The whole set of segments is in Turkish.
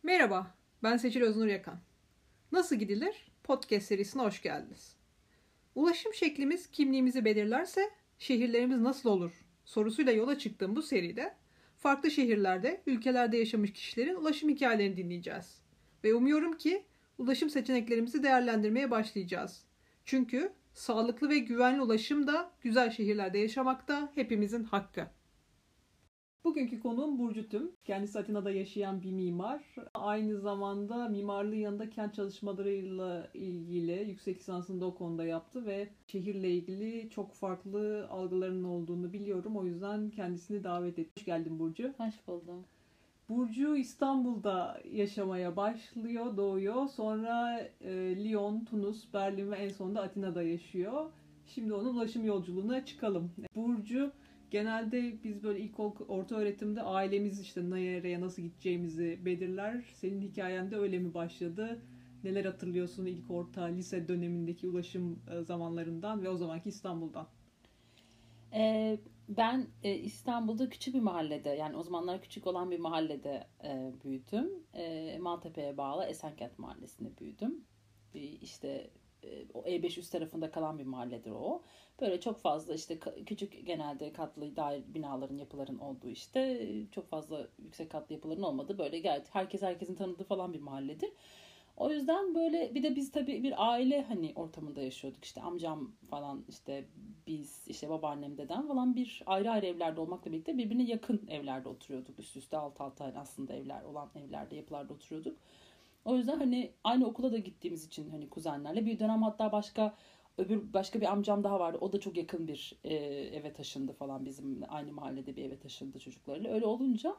Merhaba, ben Seçil Öznur Yakan. Nasıl gidilir? Podcast serisine hoş geldiniz. Ulaşım şeklimiz kimliğimizi belirlerse şehirlerimiz nasıl olur sorusuyla yola çıktığım bu seride farklı şehirlerde, ülkelerde yaşamış kişilerin ulaşım hikayelerini dinleyeceğiz. Ve umuyorum ki ulaşım seçeneklerimizi değerlendirmeye başlayacağız. Çünkü sağlıklı ve güvenli ulaşım da güzel şehirlerde yaşamak da hepimizin hakkı. Bugünkü konuğum Burcu Tüm. Kendisi Atina'da yaşayan bir mimar. Aynı zamanda mimarlığı yanında kent çalışmalarıyla ilgili yüksek lisansını da o konuda yaptı ve şehirle ilgili çok farklı algılarının olduğunu biliyorum. O yüzden kendisini davet ettim. Hoş geldin Burcu. Hoş buldum. Burcu İstanbul'da yaşamaya başlıyor, doğuyor. Sonra Lyon, Tunus, Berlin ve en sonunda Atina'da yaşıyor. Şimdi onun ulaşım yolculuğuna çıkalım. Burcu, genelde biz böyle orta öğretimde ailemiz işte nereye nasıl gideceğimizi belirler. Senin hikayen de öyle mi başladı? Neler hatırlıyorsun ilk orta, lise dönemindeki ulaşım zamanlarından ve o zamanki İstanbul'dan? Ben İstanbul'da küçük bir mahallede, yani o zamanlar küçük olan bir mahallede büyüdüm. Maltepe'ye bağlı Esenkent Mahallesi'nde büyüdüm. İşte o E5 üst tarafında kalan bir mahalledir o. Böyle çok fazla işte küçük, genelde katlı daire binaların, yapıların olduğu, işte çok fazla yüksek katlı yapıların olmadığı, böyle herkesin tanıdığı falan bir mahalledir. O yüzden böyle, bir de biz tabii bir aile hani ortamında yaşıyorduk. İşte amcam falan, işte biz, işte babaannem, dedem falan bir ayrı ayrı evlerde olmakla birlikte birbirine yakın evlerde oturuyorduk. Üst üste alt alta hani aslında evler olan evlerde, yapılarda oturuyorduk. O yüzden hani aynı okula da gittiğimiz için hani kuzenlerle bir dönem, hatta başka bir amcam daha vardı. O da çok yakın bir eve taşındı falan, bizim aynı mahallede bir eve taşındı çocuklarıyla. Öyle olunca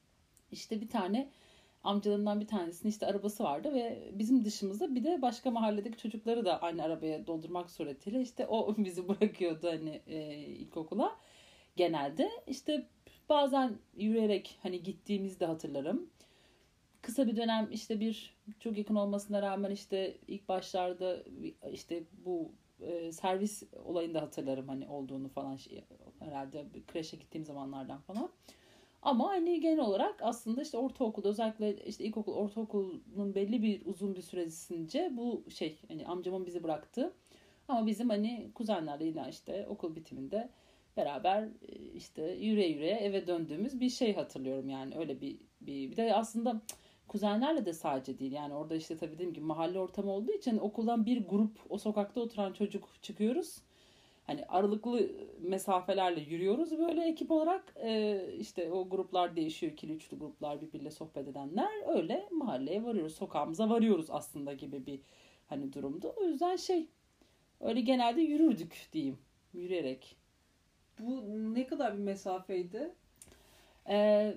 işte bir tane amcalarımdan bir tanesinin işte arabası vardı ve bizim dışımızda bir de başka mahalledeki çocukları da aynı arabaya doldurmak suretiyle işte o bizi bırakıyordu hani ilkokula. Genelde işte bazen yürüyerek hani gittiğimizde hatırlarım. Kısa bir dönem işte çok yakın olmasına rağmen işte ilk başlarda işte bu servis olayını da hatırlarım hani olduğunu falan, herhalde kreşe gittiğim zamanlardan falan. Ama hani genel olarak aslında işte ortaokulda, özellikle işte ilkokul, ortaokulun belli bir uzun bir süresince bu hani amcamın bizi bıraktığı, ama bizim hani kuzenlerle yine işte okul bitiminde beraber işte yürüye eve döndüğümüz bir şey hatırlıyorum. Yani öyle bir de aslında kuzenlerle de sadece değil, yani orada işte tabii dediğim gibi mahalle ortamı olduğu için okuldan bir grup, o sokakta oturan çocuk çıkıyoruz. Hani aralıklı mesafelerle yürüyoruz böyle ekip olarak. İşte o gruplar değişiyor. İkili üçlü gruplar, birbiriyle sohbet edenler. Öyle mahalleye varıyoruz. Sokağımıza varıyoruz aslında gibi bir hani durumdu. O yüzden öyle genelde yürürdük diyeyim. Yürüyerek. Bu ne kadar bir mesafeydi? Ee,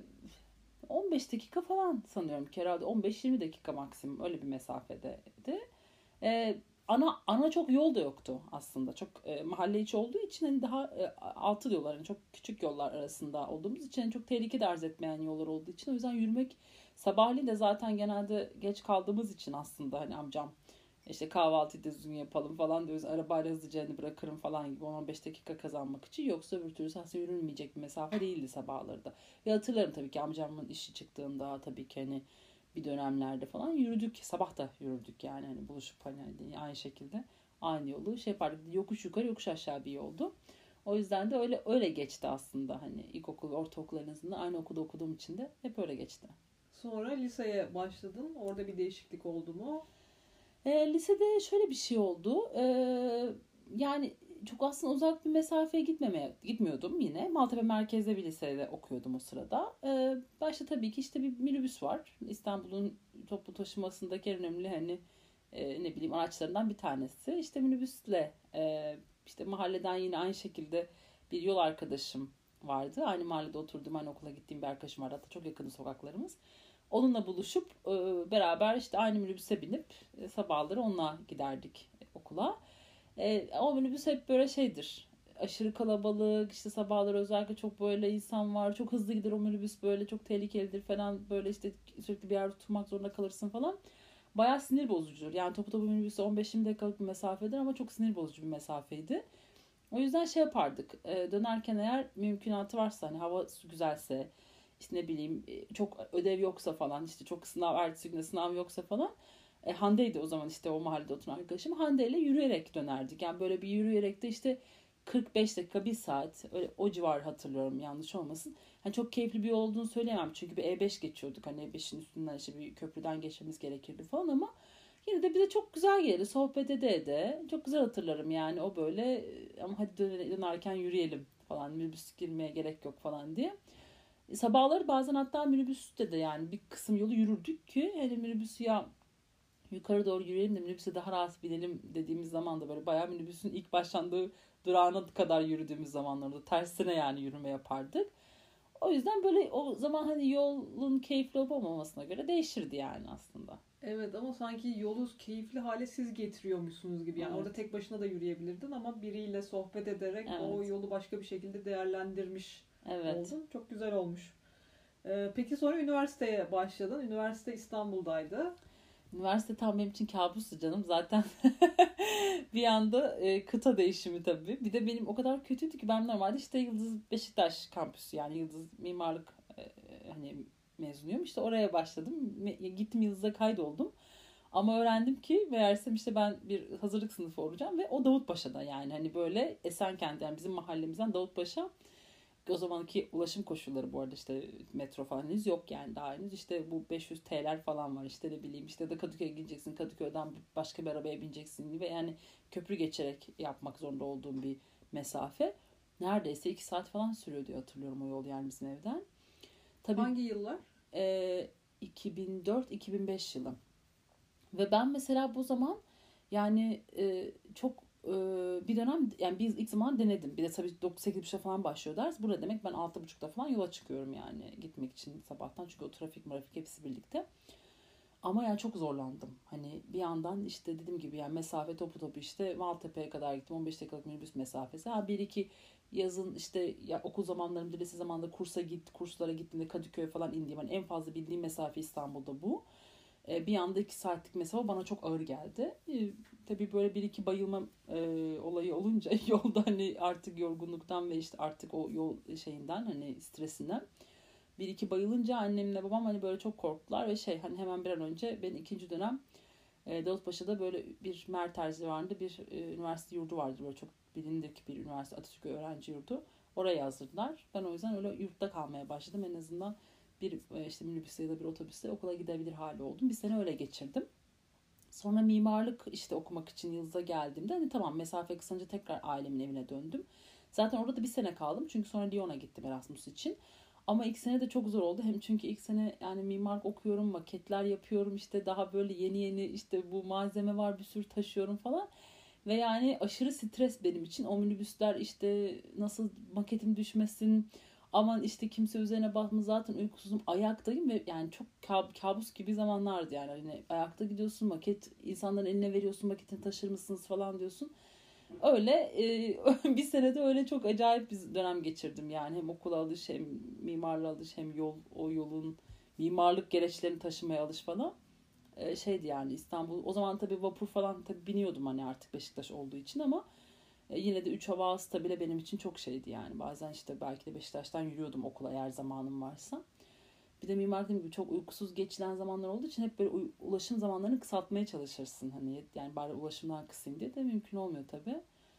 15 dakika falan sanıyorum ki, herhalde 15-20 dakika maksimum, öyle bir mesafedeydi. Ee, ana çok yol da yoktu aslında. Çok mahalle içi olduğu için hani daha altı yollar, hani çok küçük yollar arasında olduğumuz için hani çok tehlike de arz etmeyen yollar olduğu için, o yüzden yürümek, sabahleyin de zaten genelde geç kaldığımız için aslında hani amcam işte kahvaltıyı da düzgün yapalım falan diyoruz. Arabayla hızlıca hani bırakırım falan gibi 10-15 dakika kazanmak için. Yoksa öbür türlü aslında yürünmeyecek bir mesafe değildi sabahları da. Ve hatırlarım tabii ki amcamın işi çıktığında, tabii ki hani bir dönemlerde falan yürüdük. Sabah da yürüdük yani hani buluşup hani aynı şekilde aynı yolu yapardık. Yokuş yukarı yokuş aşağı bir yoldu. O yüzden de öyle geçti aslında, hani ilkokul, ortaokul en azından aynı okulda okuduğum için de hep öyle geçti. Sonra liseye başladın. Orada bir değişiklik oldu mu? Lisede şöyle bir şey oldu. Yani çok aslında uzak bir mesafeye gitmiyordum yine. Maltepe merkezde bir lisede okuyordum o sırada. Başta tabii ki işte bir minibüs var. İstanbul'un toplu taşımasındaki en önemli hani ne bileyim araçlarından bir tanesi. İşte minibüsle işte mahalleden yine aynı şekilde bir yol arkadaşım vardı. Aynı mahallede oturduğum, aynı okula gittiğim bir arkadaşım vardı. Hatta çok yakındı sokaklarımız. Onunla buluşup beraber işte aynı minibüse binip sabahları onunla giderdik okula. O minibüs hep böyle aşırı kalabalık, işte sabahları özellikle çok böyle insan var. Çok hızlı gider o minibüs, böyle çok tehlikelidir falan. Böyle işte sürekli bir yerde tutmak zorunda kalırsın falan. Bayağı sinir bozucudur. Yani topu minibüsü 15-20 dakikalık bir mesafedir ama çok sinir bozucu bir mesafeydi. O yüzden yapardık. Dönerken eğer mümkünatı varsa, hani hava güzelse, işte ne bileyim çok ödev yoksa falan, işte çok sınav, ertesi günde sınav yoksa falan. Hande'ydi o zaman işte o mahallede oturan arkadaşım. Hande ile yürüyerek dönerdik. Yani böyle bir yürüyerek de işte 45 dakika, bir saat, öyle o civar hatırlıyorum, yanlış olmasın. Hani çok keyifli bir yol olduğunu söyleyemem. Çünkü bir E5 geçiyorduk. Hani E5'in üstünden işte bir köprüden geçmemiz gerekirdi falan ama yine de bize çok güzel geldi. Sohbet ede. Çok güzel hatırlarım yani o böyle, ama hadi dönerken yürüyelim falan, minibüs girmeye gerek yok falan diye. Sabahları bazen hatta minibüste de yani bir kısım yolu yürürdük ki hani minibüsü ya yukarı doğru yürüyelim de minibüse daha rahat binelim dediğimiz zaman da böyle bayağı minibüsün ilk başlandığı durağına kadar yürüdüğümüz zamanlarda tersine yani yürüme yapardık. O yüzden böyle o zaman hani yolun keyifli olup olmamasına göre değişirdi yani aslında. Evet, ama sanki yolu keyifli hale siz getiriyormuşsunuz gibi. Yani orada Evet. tek başına da yürüyebilirdin ama biriyle sohbet ederek o Evet. yolu başka bir şekilde değerlendirmiş Evet. oldun. Çok güzel olmuş. Peki sonra üniversiteye başladın. Üniversite İstanbul'daydı. Üniversite tam benim için kabustu canım. Zaten bir anda kıta değişimi tabii. Bir de benim o kadar kötüydü ki ben normalde işte Yıldız Beşiktaş kampüsü, yani Yıldız Mimarlık hani mezunuyum. İşte oraya başladım. Gittim Yıldız'a kaydoldum. Ama öğrendim ki meğersem işte ben bir hazırlık sınıfı olacağım ve o Davutpaşa'da, yani hani böyle Esenkent, yani bizim mahallemizden Davutpaşa. O zamanki ulaşım koşulları bu arada işte metro falan henüz yok yani, daha henüz işte bu 500 TL'ler falan var, işte ne bileyim işte de Kadıköy'e gideceksin, Kadıköy'den başka bir arabaya bineceksin ve yani köprü geçerek yapmak zorunda olduğum bir mesafe. Neredeyse 2 saat falan sürüyor diye hatırlıyorum o yol yani bizim evden. Tabii Hangi yıllar? 2004-2005 yılı. Ve ben mesela bu zaman yani çok bir dönem yani biz ilk zaman denedim. Bir de tabii 9-8.30'da falan başlıyor ders. Bu ne demek? Ben 6.30'da falan yola çıkıyorum yani gitmek için sabahtan. Çünkü o trafik hepsi birlikte. Ama yani çok zorlandım. Hani bir yandan işte dediğim gibi yani mesafe topu işte Maltepe'ye kadar gittim. 15 dakikalık minibüs mesafesi. Ha, bir iki yazın işte ya okul zamanlarımda, lise zamanında kurslara gittiğimde Kadıköy falan indiğim, hani en fazla bildiğim mesafe İstanbul'da bu. Bir anda 2 saatlik mesafe bana çok ağır geldi. Tabii böyle bir iki bayılma olayı olunca yolda hani artık yorgunluktan ve işte artık o yol şeyinden hani stresinden bir iki bayılınca annemle babam hani böyle çok korktular ve şey hani hemen bir an önce ben ikinci dönem Davutpaşa'da böyle bir Merterzi civarında bir üniversite yurdu vardı, böyle çok bilindik bir üniversite, Atatürk öğrenci yurdu. Oraya yazdırdılar. Ben o yüzden öyle yurtta kalmaya başladım. En azından bir işte minibüste ya da bir otobüste okula gidebilir hali oldum. Bir sene öyle geçirdim. Sonra mimarlık işte okumak için Yıldız'a geldiğimde hani tamam mesafe kısalınca tekrar ailemin evine döndüm. Zaten orada da bir sene kaldım. Çünkü sonra Lyon'a gittim Erasmus için. Ama ilk sene de çok zor oldu. Hem çünkü ilk sene yani mimarlık okuyorum, maketler yapıyorum, işte daha böyle yeni işte bu malzeme var, bir sürü taşıyorum falan. Ve yani aşırı stres benim için. O minibüsler işte nasıl maketim düşmesin, aman işte kimse üzerine basma, zaten uykusuzum, ayaktayım ve yani çok kabus gibi zamanlardı yani. Hani ayakta gidiyorsun, maket insanların eline veriyorsun, maketini taşır mısınız falan diyorsun. Öyle bir senede öyle çok acayip bir dönem geçirdim yani. Hem okula alış, hem mimarlığa alış, hem o yolun mimarlık gereçlerini taşımaya alış falan. Şeydi yani İstanbul. O zaman tabii vapur falan tabii biniyordum hani artık Beşiktaş olduğu için ama yine de 3 hava hasta bile benim için çok şeydi yani. Bazen işte belki de Beşiktaş'tan yürüyordum okula eğer zamanım varsa. Bir de mimarlık gibi çok uykusuz geçilen zamanlar olduğu için hep böyle ulaşım zamanlarını kısaltmaya çalışırsın. Hani yani bari ulaşımdan kısayım diye de mümkün olmuyor tabii.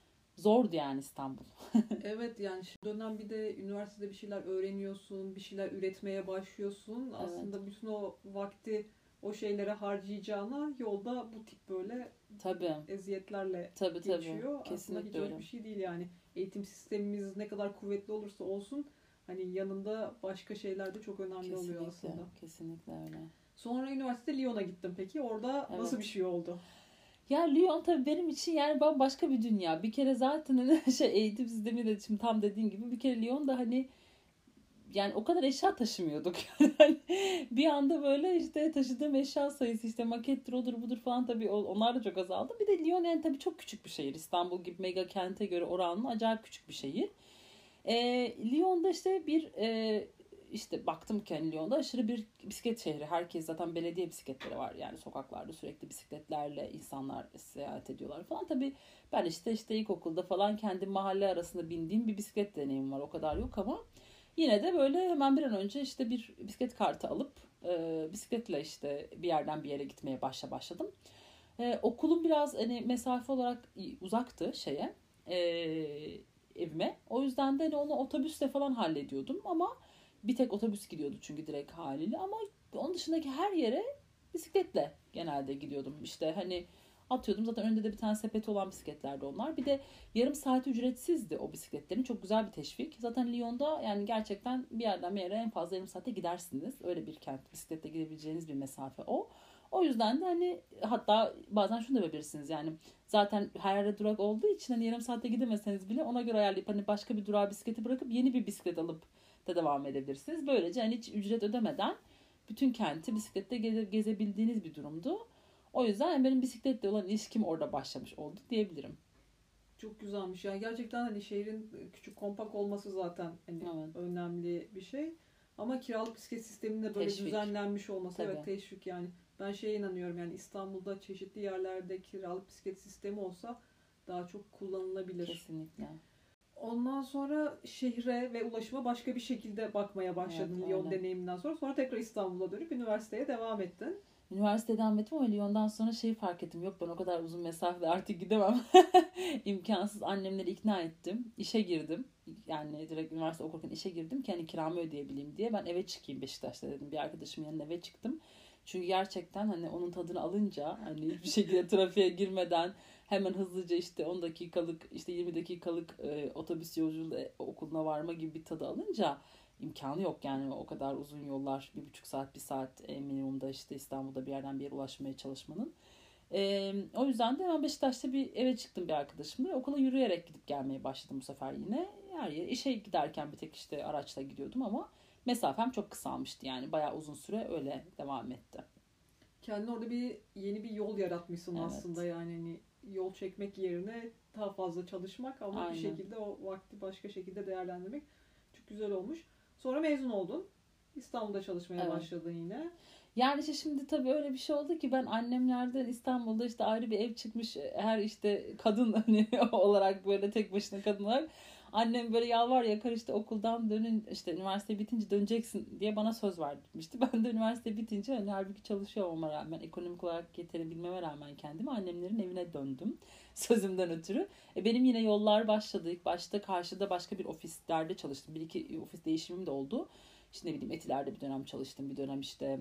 Zordu yani İstanbul. Evet, yani şu dönem bir de üniversitede bir şeyler öğreniyorsun, bir şeyler üretmeye başlıyorsun. Evet. Aslında bütün o vakti o şeylere harcayacağına yolda bu tip böyle Tabii. eziyetlerle Tabii. geçiyor. Aslında hiç Kesinlikle hoş öyle. bir şey değil yani. Eğitim sistemimiz ne kadar kuvvetli olursa olsun hani yanında başka şeyler de çok önemli oluyor Kesinlikle. aslında. Kesinlikle öyle. Sonra üniversite Lyon'a gittim peki. Orada nasıl bir Evet. şey oldu? Ya Lyon tabii benim için yani bambaşka bir dünya. Bir kere zaten hani eğitim sistemi de şimdi tam dediğin gibi, bir kere Lyon da hani yani o kadar eşya taşımıyorduk. Yani bir anda böyle işte taşıdığım eşya sayısı işte makettir odur budur falan, tabii onlar da çok azaldı. Bir de Lyon yani tabii çok küçük bir şehir. İstanbul gibi mega kente göre oranla acayip küçük bir şehir. Lyon'da işte işte baktım ki hani Lyon'da aşırı bir bisiklet şehri. Herkes zaten belediye bisikletleri var. Yani sokaklarda sürekli bisikletlerle insanlar seyahat ediyorlar falan. Tabii ben işte ilkokulda falan kendi mahalle arasında bindiğim bir bisiklet deneyim var. O kadar yok ama Yine de böyle hemen bir an önce işte bir bisiklet kartı alıp bisikletle işte bir yerden bir yere gitmeye başladım. Okulum biraz hani mesafe olarak uzaktı e, evime. O yüzden de hani onu otobüsle falan hallediyordum ama bir tek otobüs gidiyordu çünkü direkt haliyle, ama onun dışındaki her yere bisikletle genelde gidiyordum. İşte hani atıyordum, zaten önünde de bir tane sepeti olan bisikletlerdi onlar. Bir de yarım saat ücretsizdi o bisikletlerin. Çok güzel bir teşvik. Zaten Lyon'da yani gerçekten bir yerden bir yere en fazla yarım saatte gidersiniz. Öyle bir kent, bisikletle gidebileceğiniz bir mesafe o. O yüzden de hani hatta bazen şunu da yapabilirsiniz yani, zaten her yerde durak olduğu için hani yarım saatte gidemeseniz bile ona göre ayarlayıp hani başka bir durağa bisikleti bırakıp yeni bir bisiklet alıp da devam edebilirsiniz. Böylece hani hiç ücret ödemeden bütün kenti bisikletle gezebildiğiniz bir durumdu. O yüzden benim bisikletle olan ilişkim orada başlamış oldu diyebilirim. Çok güzelmiş ya. Gerçekten hani şehrin küçük kompak olması zaten hani Evet. önemli bir şey. Ama kiralık bisiklet sisteminde böyle Teşvik. düzenlenmiş olması, Tabii. evet, teşvik yani. Ben şeye inanıyorum, yani İstanbul'da çeşitli yerlerde kiralık bisiklet sistemi olsa daha çok kullanılabilir. Kesinlikle. Ondan sonra şehre ve ulaşıma başka bir şekilde bakmaya başladın, Evet, Lyon öyle. deneyiminden sonra. Sonra tekrar İstanbul'a dönüp üniversiteye devam ettin. Üniversiteden ettim ama Lyon'dan sonra şeyi fark ettim. Yok, ben o kadar uzun mesafede artık gidemem. İmkansız. Annemleri ikna ettim. İşe girdim. Yani direkt üniversite okurken işe girdim ki hani kiramı ödeyebileyim diye. Ben eve çıkayım Beşiktaş'ta dedim. Bir arkadaşımın yanına eve çıktım. Çünkü gerçekten hani onun tadını alınca, hani hiçbir şekilde trafiğe girmeden hemen hızlıca işte 10 dakikalık işte 20 dakikalık otobüs yolculuğu okuluna varma gibi bir tadı alınca, imkanı yok yani o kadar uzun yollar, 1,5 saat 1 saat minimumda işte İstanbul'da bir yerden bir yere ulaşmaya çalışmanın. O yüzden de ben Beşiktaş'ta bir eve çıktım bir arkadaşımla. Okula yürüyerek gidip gelmeye başladım bu sefer yine. Her yere işe giderken bir tek işte araçla gidiyordum ama mesafem çok kısalmıştı yani bayağı uzun süre öyle devam etti. Kendine orada bir yeni bir yol yaratmışsın aslında, Evet. yani hani yol çekmek yerine daha fazla çalışmak ama bir Aynen. şekilde o vakti başka şekilde değerlendirmek çok güzel olmuş. Sonra mezun oldun. İstanbul'da çalışmaya Evet. başladın yine. Yani işte şimdi tabii öyle bir şey oldu ki ben annemlerden İstanbul'da işte ayrı bir ev çıkmış her işte kadın hani olarak böyle tek başına kadın olarak annem böyle yalvar yakar işte okuldan dönün işte üniversite bitince döneceksin diye bana söz vermişti. Ben de üniversite bitince hani halbuki çalışıyor olmama rağmen, ekonomik olarak yetenebilmeme rağmen kendimi annemlerin evine döndüm sözümden ötürü. Benim yine yollar başladı. İlk başta karşıda başka bir ofislerde çalıştım. Bir iki ofis değişimim de oldu. İşte ne bileyim Etiler'de bir dönem çalıştım. Bir dönem işte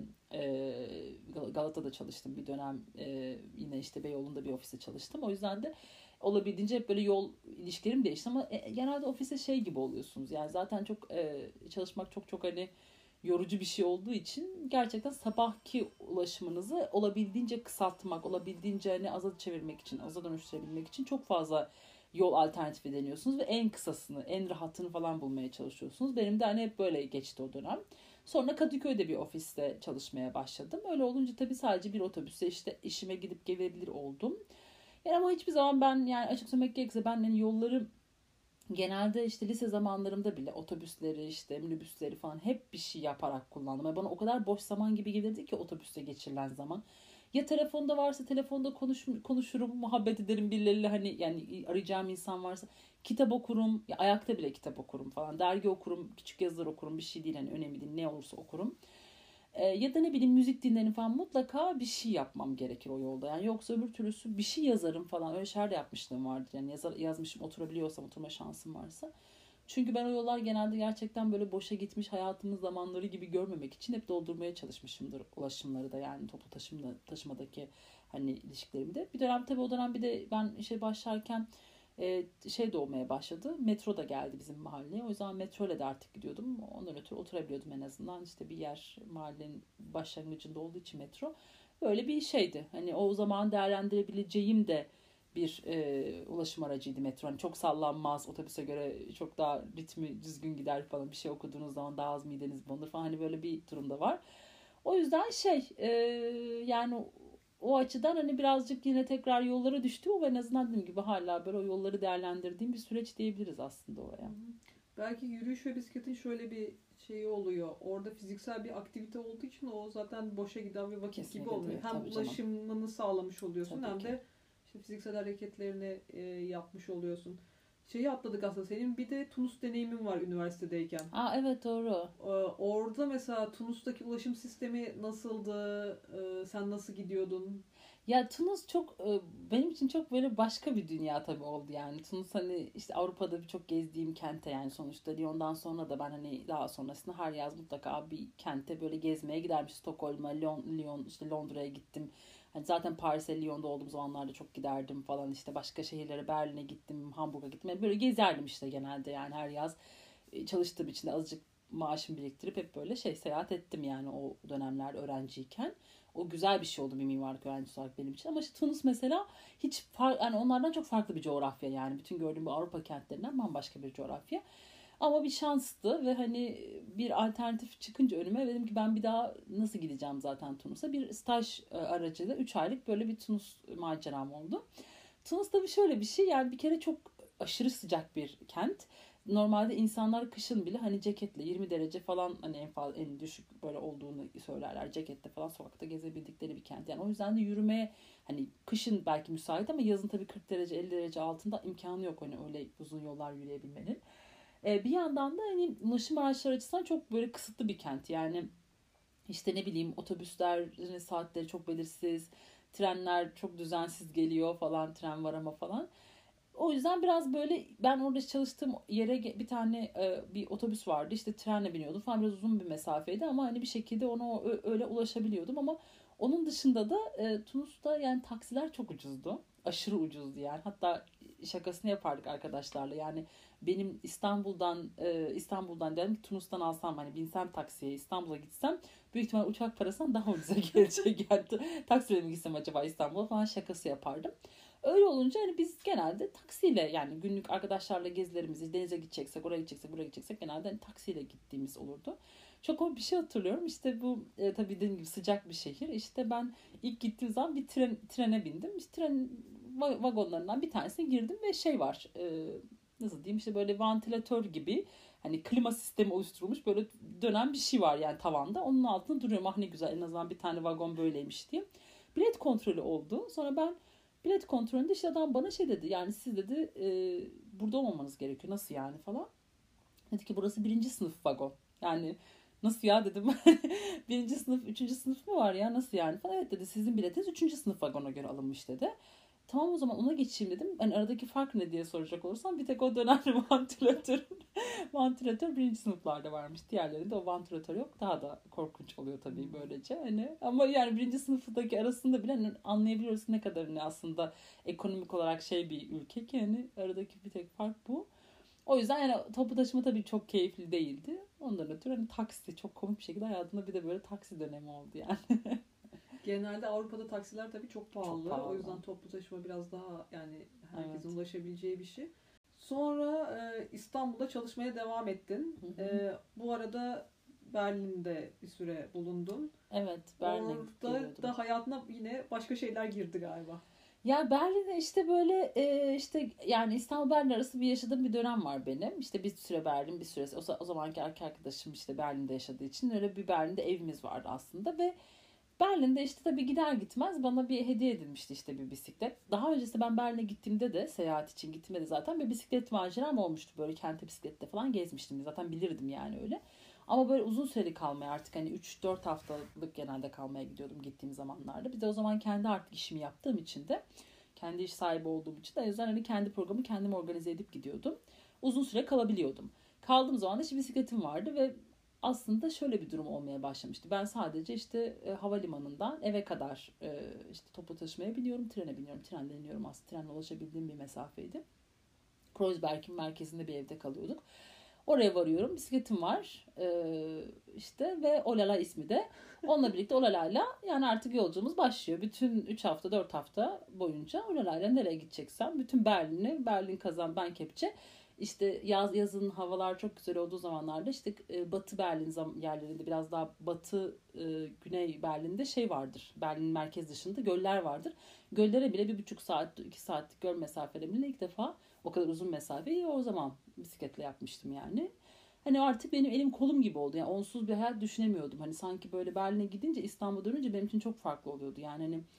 Galata'da çalıştım. Bir dönem yine işte Beyoğlu'nda bir ofiste çalıştım. O yüzden de olabildiğince hep böyle yol ilişkilerim değişti ama genelde ofiste şey gibi oluyorsunuz. Yani zaten çok çalışmak çok çok hani yorucu bir şey olduğu için gerçekten sabahki ulaşımınızı olabildiğince kısaltmak, olabildiğince hani aza çevirmek için, aza dönüştürebilmek için çok fazla yol alternatifi deniyorsunuz ve en kısasını, en rahatını falan bulmaya çalışıyorsunuz. Benim de hani hep böyle geçti o dönem. Sonra Kadıköy'de bir ofiste çalışmaya başladım. Öyle olunca tabii sadece bir otobüse işte işime gidip gelebilir oldum. Yani ama hiçbir zaman ben yani açık söylemek gerekirse ben yani yolları genelde işte lise zamanlarımda bile otobüsleri işte minibüsleri falan hep bir şey yaparak kullandım. Yani bana o kadar boş zaman gibi gelirdi ki otobüste geçirilen zaman. Ya telefonda varsa telefonda konuşurum, muhabbet ederim birileriyle, hani yani arayacağım insan varsa kitap okurum, ya ayakta bile kitap okurum falan. Dergi okurum, küçük yazılar okurum, bir şey değil hani önemli değil, ne olursa okurum. Ya da ne bileyim müzik dinlerim falan, mutlaka bir şey yapmam gerekir o yolda. Yani yoksa öbür türlüsü bir şey yazarım falan, öyle şeyler de yapmışlığım vardır. Yani yazmışım, oturabiliyorsam, oturma şansım varsa. Çünkü ben o yollar genelde gerçekten böyle boşa gitmiş hayatımız zamanları gibi görmemek için hep doldurmaya çalışmışımdır ulaşımları da, yani toplu taşımadaki hani ilişkilerimi de. Bir dönem tabii o dönem bir de ben işe başlarken şey de olmaya başladı. Metro da geldi bizim mahalleye. O yüzden metro ile de artık gidiyordum. Ondan ötürü oturabiliyordum en azından. İşte bir yer mahallenin başlangıcında olduğu için metro. Böyle bir şeydi. Hani o zaman değerlendirebileceğim de bir ulaşım aracıydı metro. Hani çok sallanmaz, otobüse göre çok daha ritmi düzgün gider falan. Bir şey okuduğunuz zaman daha az mideniz bulanır falan. Hani böyle bir durumda var. O yüzden yani o açıdan hani birazcık yine tekrar yollara düştü ama en azından dediğim gibi hala böyle o yolları değerlendirdiğim bir süreç diyebiliriz aslında Hı oraya. hı. Belki yürüyüş ve bisikletin şöyle bir şeyi oluyor. Orada fiziksel bir aktivite olduğu için o zaten boşa giden bir vakit gibi Kesinlikle olmuyor. değil, Hem tabii canım. ulaşımını sağlamış oluyorsun Tabii hem ki. de işte fiziksel hareketlerini yapmış oluyorsun. Şeyi atladık aslında. Senin bir de Tunus deneyimin var üniversitedeyken. Aa, evet, doğru. Orada mesela Tunus'taki ulaşım sistemi nasıldı? Sen nasıl gidiyordun? Ya Tunus çok benim için çok böyle başka bir dünya tabii oldu yani. Tunus hani işte Avrupa'da birçok gezdiğim kente, yani sonuçta Lyon'dan sonra da ben hani daha sonrasında her yaz mutlaka bir kente böyle gezmeye gidermiş. Stockholm'a, Lyon, işte Londra'ya gittim. Hani zaten Paris'e, Lyon'da olduğum zamanlarda çok giderdim falan, işte başka şehirlere, Berlin'e gittim, Hamburg'a gittim. Yani böyle gezerdim işte genelde, yani her yaz çalıştığım için de azıcık maaşımı biriktirip hep böyle seyahat ettim yani o dönemler öğrenciyken. O güzel bir şey oldu bir mimarlık öğrencisi olarak benim için. Ama işte Tunus mesela yani onlardan çok farklı bir coğrafya yani. Bütün gördüğüm bu Avrupa kentlerinden bambaşka bir coğrafya. Ama bir şanstı ve hani bir alternatif çıkınca önüme dedim ki ben bir daha nasıl gideceğim zaten Tunus'a. Bir staj aracıyla 3 aylık böyle bir Tunus maceram oldu. Tunus'ta şöyle bir şey, yani bir kere çok aşırı sıcak bir kent. Normalde insanlar kışın bile hani ceketle 20 derece falan, hani en fazla en düşük böyle olduğunu söylerler. Ceketle falan sokakta gezebildikleri bir kent. Yani o yüzden de yürümeye hani kışın belki müsait ama yazın tabii 40 derece 50 derece altında imkanı yok hani öyle uzun yollar yürüyebilmenin. Bir yandan da hani ulaşım araçları açısından çok böyle kısıtlı bir kent. Yani işte ne bileyim, otobüslerin saatleri çok belirsiz. Trenler çok düzensiz geliyor falan, tren var ama falan. O yüzden biraz böyle ben orada çalıştığım yere bir tane bir otobüs vardı. İşte trenle biniyordum falan, biraz uzun bir mesafeydi ama hani bir şekilde ona öyle ulaşabiliyordum ama onun dışında da Tunus'ta yani taksiler çok ucuzdu. Aşırı ucuzdu yani. Hatta şakasını yapardık arkadaşlarla. Yani benim İstanbul'dan dedim ki Tunus'tan alsam hani binsem taksiye İstanbul'a gitsem büyük ihtimal uçak parasından daha ucuza gelecek. Yani taksiyle mi gitsem acaba İstanbul'a falan şakası yapardım. Öyle olunca hani biz genelde taksiyle, yani günlük arkadaşlarla gezilerimizi, denize gideceksek, oraya gideceksek, buraya gideceksek genelde hani taksiyle gittiğimiz olurdu. Çok komik bir şey hatırlıyorum. İşte bu tabii dediğim gibi sıcak bir şehir. İşte ben ilk gittiğim zaman bir trene bindim. İşte tren vagonlarından bir tanesine girdim ve şey var. Nasıl diyeyim, işte böyle vantilatör gibi hani klima sistemi oluşturulmuş böyle dönen bir şey var yani tavanda. Onun altında duruyorum. Ah ne güzel, en azından bir tane vagon böyleymiş diye. Bilet kontrolü oldu. Sonra ben bilet kontrolünde işte adam bana şey dedi. Yani siz dedi burada olmamanız gerekiyor. Nasıl yani falan. Dedi ki burası birinci sınıf vagon. Yani nasıl ya dedim. Birinci sınıf, üçüncü sınıf mı var ya, nasıl yani falan. Evet dedi, sizin biletiniz üçüncü sınıf vagona göre alınmış dedi. Tamam o zaman ona geçeyim dedim. Hani aradaki fark ne diye soracak olursam bir tek o dönemde vantilatör birinci sınıflarda varmış. Diğerlerinde o vantilatör yok. Daha da korkunç oluyor tabii böylece. Hani ama yani birinci sınıftaki arasında bile hani anlayabiliyoruz ne kadarını aslında ekonomik olarak şey bir ülke ki hani aradaki bir tek fark bu. O yüzden yani toplu taşıma tabii çok keyifli değildi. Ondan ötürü hani taksi çok komik bir şekilde hayatımda bir de böyle taksi dönemi oldu yani. Genelde Avrupa'da taksiler tabii çok pahalı. Çok pahalı. O yüzden toplu taşıma biraz daha yani herkesin Evet. ulaşabileceği bir şey. Sonra İstanbul'da çalışmaya devam ettin. Hı hı. Bu arada Berlin'de bir süre bulundun. Evet, Berlin'e gidip Orada geliyordum. da hayatına yine başka şeyler girdi galiba. Ya Berlin'de işte böyle işte yani İstanbul Berlin arası bir yaşadığım bir dönem var benim. İşte bir süre Berlin, bir süre o zamanki erkek arkadaşım işte Berlin'de yaşadığı için öyle bir Berlin'de evimiz vardı aslında ve Berlin'de işte tabii gider gitmez bana bir hediye edilmişti işte bir bisiklet. Daha öncesinde ben Berlin'e gittiğimde de seyahat için gittiğimde de zaten bir bisiklet maceram olmuştu. Böyle kente bisikletle falan gezmiştim. Zaten bilirdim yani öyle. Ama böyle uzun süreli kalmaya artık hani 3-4 haftalık genelde kalmaya gidiyordum gittiğim zamanlarda. Bir de o zaman kendi artık işimi yaptığım için de kendi iş sahibi olduğum için de o yüzden hani kendi programı kendim organize edip gidiyordum. Uzun süre kalabiliyordum. Kaldığım zaman da işte bisikletim vardı ve aslında şöyle bir durum olmaya başlamıştı. Ben sadece işte havalimanından eve kadar işte toplu taşımaya biniyorum, trene biniyorum, trenle iniyorum. Aslında trenle ulaşabildiğim bir mesafeydi. Kreuzberg'in merkezinde bir evde kalıyorduk. Oraya varıyorum. Bisikletim var. İşte ve Olala ismi de. Onunla birlikte Olala'yla yani artık yolculuğumuz başlıyor. Bütün 3 hafta 4 hafta boyunca Olala'yla nereye gideceksem bütün Berlin Kazan Ben Kepçe. İşte yazın havalar çok güzel olduğu zamanlarda işte Batı Berlin yerlerinde biraz daha Batı Güney Berlin'de şey vardır. Berlin merkez dışında göller vardır. Göllere bile 1,5 saat 2 saatlik göl mesafelerimle ilk defa o kadar uzun mesafeyi o zaman bisikletle yapmıştım yani. Hani artık benim elim kolum gibi oldu. Yani onsuz bir hayat düşünemiyordum. Hani sanki böyle Berlin'e gidince İstanbul'a dönünce benim için çok farklı oluyordu. Yani hani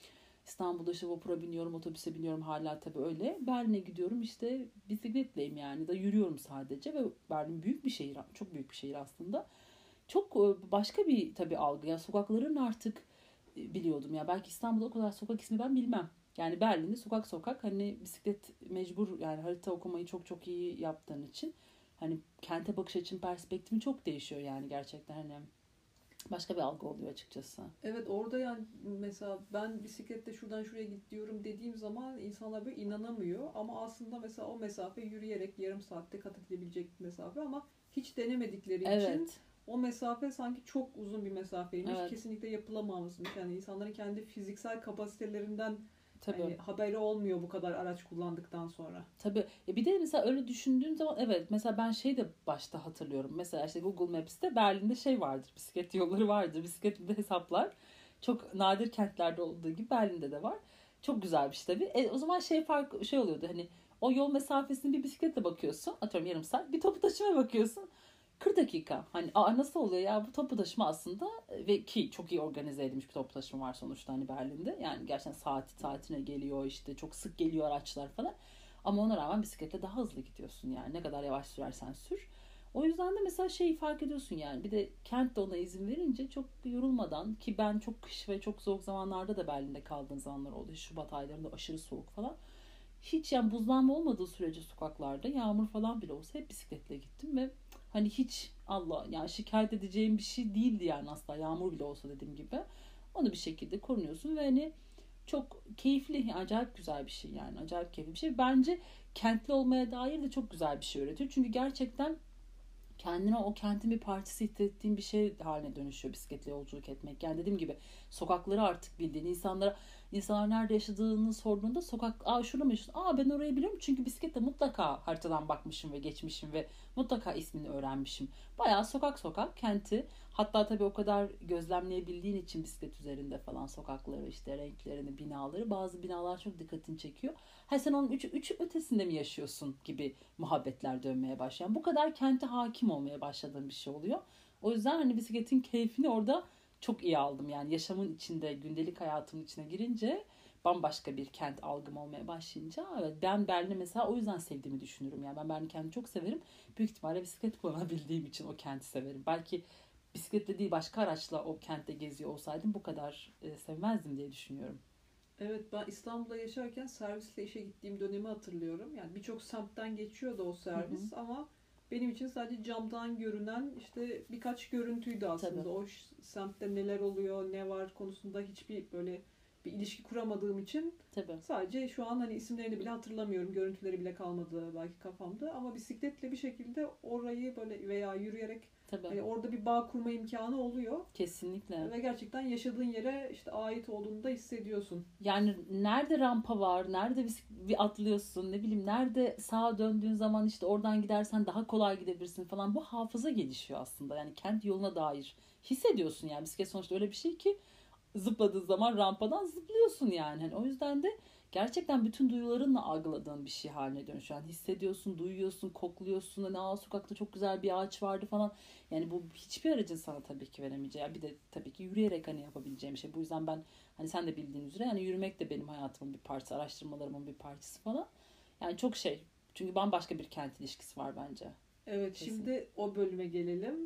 İstanbul'da işte vapura biniyorum, otobüse biniyorum, hala tabii öyle. Berlin'e gidiyorum işte bisikletleyim yani, da yürüyorum sadece. Ve Berlin büyük bir şehir, çok büyük bir şehir aslında. Çok başka bir tabii algı. Ya sokakların artık biliyordum ya. Belki İstanbul'da o kadar sokak ismi ben bilmem. Yani Berlin'de sokak sokak, hani bisiklet mecbur, yani harita okumayı çok çok iyi yaptığın için hani kente bakış açın, perspektifin çok değişiyor yani, gerçekten hani başka bir algı oluyor açıkçası. Evet, orada yani mesela ben bisikletle şuradan şuraya git diyorum dediğim zaman insanlar böyle inanamıyor. Ama aslında mesela o mesafe yürüyerek yarım saatte kat edilebilecek bir mesafe, ama hiç denemedikleri için Evet. o mesafe sanki çok uzun bir mesafeymiş. Evet. Kesinlikle yapılamazmış. Yani insanların kendi fiziksel kapasitelerinden Tabii. hani haberi olmuyor bu kadar araç kullandıktan sonra. Tabii. Bir de mesela öyle düşündüğün zaman, evet, mesela ben şey de başta hatırlıyorum. Mesela işte Google Maps'te Berlin'de şey vardır. Bisiklet yolları vardır. Bisikletle hesaplar. Çok nadir kentlerde olduğu gibi Berlin'de de var. Çok güzel bir şey tabii. O zaman şey oluyordu, hani o yol mesafesini bir bisikletle bakıyorsun. Atıyorum yarım saat. Bir toplu taşıma bakıyorsun. 40 dakika. Hani nasıl oluyor ya bu toplu taşıma aslında, ve ki çok iyi organize edilmiş bir toplu taşıma var sonuçta hani Berlin'de. Yani gerçekten saatine geliyor, işte çok sık geliyor araçlar falan. Ama ona rağmen bisikletle daha hızlı gidiyorsun yani. Ne kadar yavaş sürersen sür. O yüzden de mesela şeyi fark ediyorsun yani. Bir de kent de ona izin verince çok yorulmadan, ki ben çok kış ve çok soğuk zamanlarda da Berlin'de kaldığım zamanlar oldu. Şubat aylarında aşırı soğuk falan. Hiç yani buzlanma olmadığı sürece sokaklarda, yağmur falan bile olsa hep bisikletle gittim ve hani hiç, Allah yani, şikayet edeceğim bir şey değildi yani asla, yağmur bile olsa dediğim gibi. Onu bir şekilde korunuyorsun ve hani çok keyifli, acayip güzel bir şey yani, acayip keyifli bir şey. Bence kentli olmaya dair de çok güzel bir şey öğretiyor. Çünkü gerçekten kendine o kentin bir parçası hissettiğin bir şey haline dönüşüyor bisikletle yolculuk etmek. Yani dediğim gibi sokakları artık bildiğin, insanlar nerede yaşadığını sorduğunda şurada mı yaşıyorsun? Ben orayı biliyorum çünkü bisikletle mutlaka haritadan bakmışım ve geçmişim ve mutlaka ismini öğrenmişim. Bayağı sokak sokak kenti, hatta tabii o kadar gözlemleyebildiğin için bisiklet üzerinde falan sokakları, işte renklerini, binaları, bazı binalar çok dikkatini çekiyor. Sen onun üç ötesinde mi yaşıyorsun gibi muhabbetler dönmeye başlayan. Bu kadar kente hakim olmaya başladığım bir şey oluyor. O yüzden hani bisikletin keyfini orada çok iyi aldım. Yani yaşamın içinde, gündelik hayatımın içine girince, bambaşka bir kent algım olmaya başlayınca, evet, ben Berlin'i mesela o yüzden sevdiğimi düşünüyorum. Yani ben Berlin'i kendimi çok severim. Büyük ihtimalle bisiklet kullanabildiğim için o kenti severim. Belki bisikletle değil başka araçla o kentte geziyor olsaydım bu kadar sevmezdim diye düşünüyorum. Evet, ben İstanbul'da yaşarken servisle işe gittiğim dönemi hatırlıyorum. Yani birçok semtten geçiyordu o Hı hı. servis, ama benim için sadece camdan görünen işte birkaç görüntüydü Tabii. aslında. O semtte neler oluyor, ne var konusunda hiçbir böyle bir ilişki kuramadığım için Tabii. sadece şu an hani isimlerini bile hatırlamıyorum. Görüntüleri bile kalmadı belki kafamda, ama bisikletle bir şekilde orayı böyle veya yürüyerek Tabii. hani orada bir bağ kurma imkanı oluyor. Kesinlikle. Ve gerçekten yaşadığın yere işte ait olduğunu da hissediyorsun. Yani nerede rampa var, nerede bir atlıyorsun, ne bileyim, nerede sağa döndüğün zaman işte oradan gidersen daha kolay gidebilirsin falan. Bu hafıza gelişiyor aslında. Yani kent yoluna dair hissediyorsun yani. Bisiklet sonuçta öyle bir şey ki zıpladığın zaman rampadan zıplıyorsun yani. Hani o yüzden de gerçekten bütün duyularınla algıladığın bir şey haline dönüşüyor. Yani hissediyorsun, duyuyorsun, kokluyorsun. Hani sokakta çok güzel bir ağaç vardı falan. Yani bu hiçbir aracın sana tabii ki veremeyeceği. Yani bir de tabii ki yürüyerek hani yapabileceğim bir şey. Bu yüzden ben, hani sen de bildiğin üzere, yani yürümek de benim hayatımın bir parçası, araştırmalarımın bir parçası falan. Yani çok şey. Çünkü bambaşka bir kent ilişkisi var bence. Evet, Kesin. şimdi o bölüme gelelim.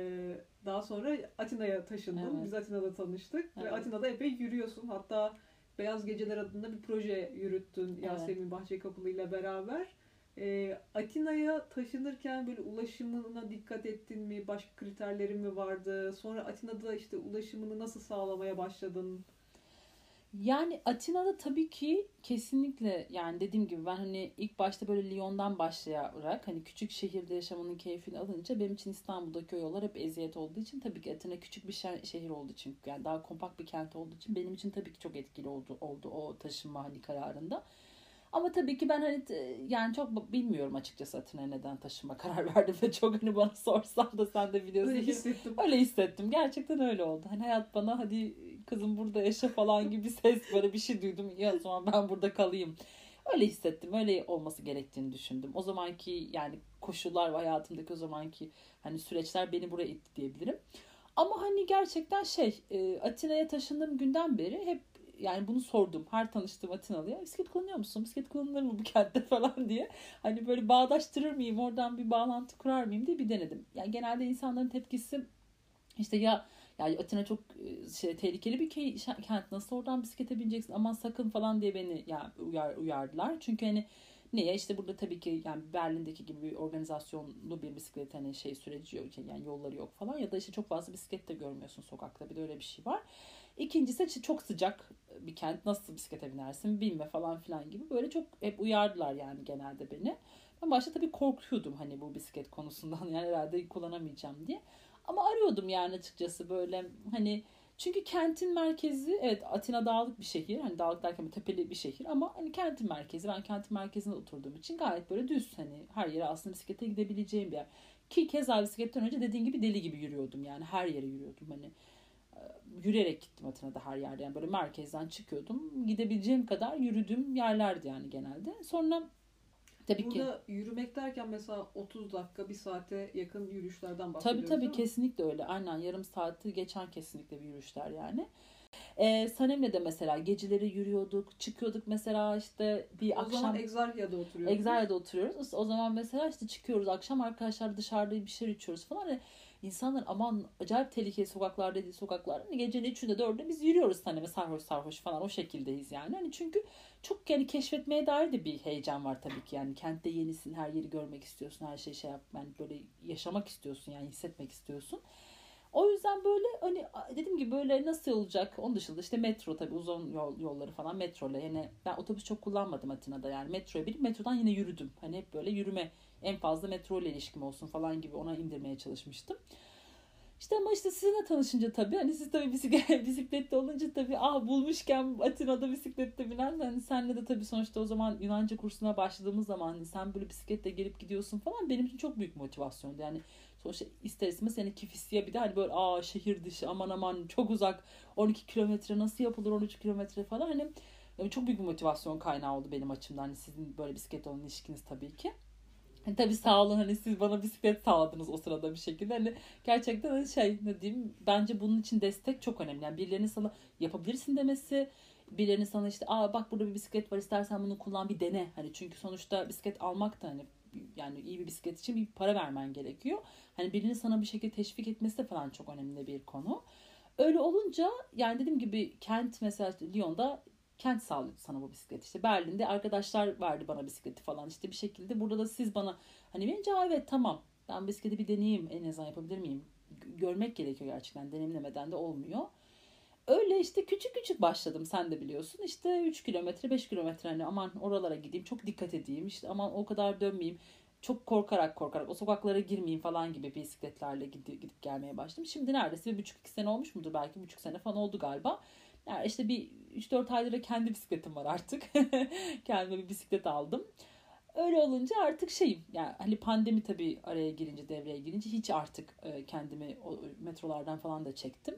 Daha sonra Atina'ya taşındın. Evet. Biz Atina'da tanıştık ve Evet. Atina'da epey yürüyorsun. Hatta Beyaz Geceler adında bir proje yürüttün Evet. Yasemin Bahçekapılı ile beraber. Atina'ya taşınırken böyle ulaşımına dikkat ettin mi? Başka kriterlerin mi vardı? Sonra Atina'da işte ulaşımını nasıl sağlamaya başladın? Yani Atina'da tabii ki kesinlikle, yani dediğim gibi ben hani ilk başta böyle Lyon'dan başlayarak hani küçük şehirde yaşamanın keyfini alınca, benim için İstanbul'daki o yollar hep eziyet olduğu için, tabii ki Atina küçük bir şehir olduğu için, yani daha kompakt bir kent olduğu için benim için tabii ki çok etkili oldu o taşınma hani kararında. Ama tabii ki ben hani yani çok bilmiyorum açıkçası Atina'ya neden taşınma karar verdim ve çok hani bana sorsan da sen de Öyle biliyorsundur. hissettim. Öyle hissettim. Gerçekten öyle oldu. Hani hayat bana hadi kızım burada yaşa falan gibi bir ses, böyle bir şey duydum. Ya o zaman ben burada kalayım. Öyle hissettim. Öyle olması gerektiğini düşündüm. O zamanki yani koşullar ve hayatımdaki o zamanki hani süreçler beni buraya itti diyebilirim. Ama hani gerçekten Atina'ya taşındığım günden beri hep yani bunu sordum. Her tanıştığım Atinalı'ya bisiklet kullanıyor musun? Bisiklet kullanılır mı bu kentte falan diye. Hani böyle bağdaştırır mıyım? Oradan bir bağlantı kurar mıyım diye bir denedim. Yani genelde insanların tepkisi işte ya Atina çok tehlikeli bir kent. Nasıl oradan bisiklete bineceksin? Aman sakın falan diye beni ya uyardılar. Çünkü hani niye? İşte burada tabii ki yani Berlin'deki gibi bir organizasyonlu bir bisiklet hani süreci yok. Yani yolları yok falan. Ya da işte çok fazla bisiklet de görmüyorsun sokakta. Bir de öyle bir şey var. İkincisi işte çok sıcak bir kent. Nasıl bisiklete binersin? Binme falan filan gibi. Böyle çok hep uyardılar yani genelde beni. Ben başta tabii korkuyordum hani bu bisiklet konusundan. Yani herhalde kullanamayacağım diye. Ama arıyordum yani açıkçası böyle hani çünkü kentin merkezi evet Atina dağlık bir şehir. Hani dağlık derken bir tepeli bir şehir ama hani kentin merkezi. Ben kentin merkezinde oturduğum için gayet böyle düz hani her yere aslında bisiklete gidebileceğim bir yer. Ki keza bisikletten önce dediğin gibi deli gibi yürüyordum yani her yere yürüyordum hani yürüyerek gittim Atina'da her yerde yani böyle merkezden çıkıyordum gidebileceğim kadar yürüdüğüm yerlerdi yani genelde. Sonra tabii ki Burada yürümek derken mesela 30 dakika, bir saate yakın yürüyüşlerden tabii bahsediyoruz tabii değil mi? kesinlikle öyle aynen yarım saati geçen kesinlikle bir yürüyüşler yani. Sanem'le de mesela geceleri yürüyorduk, çıkıyorduk mesela işte bir O zaman akşam Exarchia'da oturuyordunuz. Exare'de oturuyoruz. O zaman mesela işte çıkıyoruz akşam arkadaşlar dışarıda bir şeyler içiyoruz falan. Hani insanlar aman acayip tehlikeli sokaklar dediği sokaklar. Hani gecenin 3'ünde 4'ünde biz yürüyoruz Sanem'e sarhoş sarhoş falan o şekildeyiz yani. Hani çünkü çok yani keşfetmeye dair de bir heyecan var tabii ki. Yani kentte yenisin, her yeri görmek istiyorsun, her şeyi şey yap, yani böyle yaşamak istiyorsun yani hissetmek istiyorsun. O yüzden böyle hani dediğim gibi böyle nasıl olacak? Onun dışında işte metro tabii uzun yolları falan metroyla. Yani ben otobüs çok kullanmadım Atina'da yani metroya binip metrodan yine yürüdüm. Hani hep böyle yürüme en fazla metro ile ilişkim olsun falan gibi ona indirmeye çalışmıştım. İşte ama işte sizinle tanışınca tabii hani siz tabii bisiklette olunca tabii bulmuşken Atina'da bisiklette binen hani senle de tabii sonuçta o zaman Yunanca kursuna başladığımız zaman hani sen böyle bisikletle gelip gidiyorsun falan benim için çok büyük motivasyondu. Yani sonuçta ister istemez seni Kifisya bir de hani böyle şehir dışı aman aman çok uzak 12 kilometre nasıl yapılır 13 kilometre falan hani yani çok büyük bir motivasyon kaynağı oldu benim açımdan. Hani sizin böyle bisiklet olan ilişkiniz tabii ki. Hani tabii sağ olun hani siz bana bisiklet sağladınız o sırada bir şekilde. Hani gerçekten hani ne diyeyim bence bunun için destek çok önemli. Yani birilerinin sana yapabilirsin demesi, birilerinin sana işte bak burada bir bisiklet var istersen bunu kullan bir dene. Hani çünkü sonuçta bisiklet almak da hani yani iyi bir bisiklet için bir para vermen gerekiyor. Hani birinin sana bir şekilde teşvik etmesi de falan çok önemli bir konu. Öyle olunca yani dediğim gibi kent mesela Lyon'da kent sağlıyordu sana bu bisikleti. İşte Berlin'de arkadaşlar verdi bana bisikleti falan. İşte bir şekilde burada da siz bana hani bence evet tamam ben bisikleti bir deneyeyim en azından yapabilir miyim? Görmek gerekiyor gerçekten deneyimlemeden de olmuyor. Öyle işte küçük küçük başladım sen de biliyorsun. İşte 3 kilometre 5 kilometre hani aman oralara gideyim çok dikkat edeyim. İşte aman o kadar dönmeyeyim. Çok korkarak o sokaklara girmeyeyim falan gibi bisikletlerle gidip gelmeye başladım. Şimdi neredeyse 1,5-2 sene olmuş mudur belki 1,5 sene falan oldu galiba. Yani işte bir 3-4 aydır da kendi bisikletim var artık. Kendime bir bisiklet aldım. Öyle olunca artık yani hani pandemi tabii araya girince devreye girince hiç artık kendimi o metrolardan falan da çektim.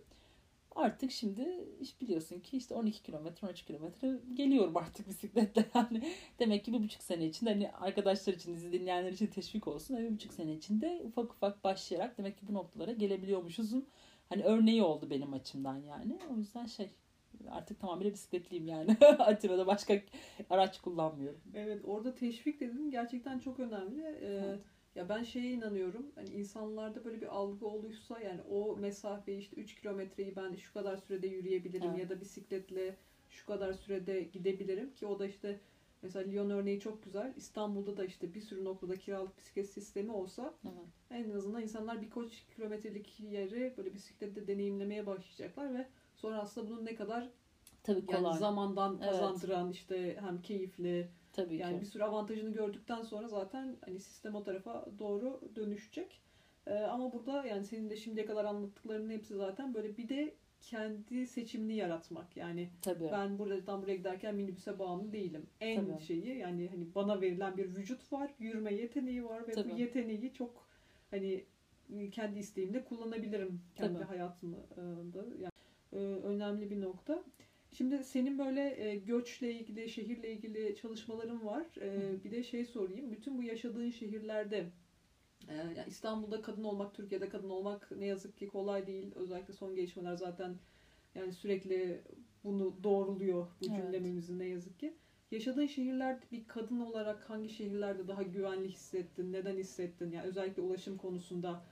Artık şimdi biliyorsun ki işte 12 kilometre 13 kilometre geliyorum artık bisikletle yani. Demek ki 1,5 sene içinde hani arkadaşlar için bizi dinleyenler için teşvik olsun. 1,5 sene içinde ufak ufak başlayarak demek ki bu noktalara gelebiliyormuşuzun hani örneği oldu benim açımdan yani. O yüzden artık tamamıyla bisikletliyim yani. Atina'da başka araç kullanmıyorum. Evet, orada teşvik dedin gerçekten çok önemli. Evet. Ya ben şeye inanıyorum. Hani insanlarda böyle bir algı oluşsa yani o mesafeyi işte 3 kilometreyi ben şu kadar sürede yürüyebilirim Evet. ya da bisikletle şu kadar sürede gidebilirim ki o da işte mesela Lyon örneği çok güzel. İstanbul'da da işte bir sürü noktada kiralık bisiklet sistemi olsa Evet. en azından insanlar birkaç kilometrelik yeri böyle bisikletle deneyimlemeye başlayacaklar ve sonra aslında bunun ne kadar Tabii yani kolay. zamandan Evet. kazandıran işte hem keyifli Tabii yani ki. bir sürü avantajını gördükten sonra zaten hani sistem o tarafa doğru dönüşecek. Ama burada yani senin de şimdiye kadar anlattıklarının hepsi zaten böyle bir de kendi seçimini yaratmak. Yani Tabii. ben buradan buraya giderken minibüse bağımlı değilim. En Tabii. şeyi yani hani bana verilen bir vücut var, yürüme yeteneği var ve bu Tabii. yeteneği çok hani kendi isteğimle kullanabilirim kendi Tabii. hayatımda. Yani önemli bir nokta. Şimdi senin böyle göçle ilgili, şehirle ilgili çalışmaların var. Hı hı. Bir de şey sorayım. Bütün bu yaşadığın şehirlerde yani İstanbul'da kadın olmak, Türkiye'de kadın olmak ne yazık ki kolay değil. Özellikle son gelişmeler zaten yani sürekli bunu doğruluyor bu Evet. cümlemimizi ne yazık ki. Yaşadığın şehirlerde bir kadın olarak hangi şehirlerde daha güvenli hissettin? Neden hissettin? Yani özellikle ulaşım konusunda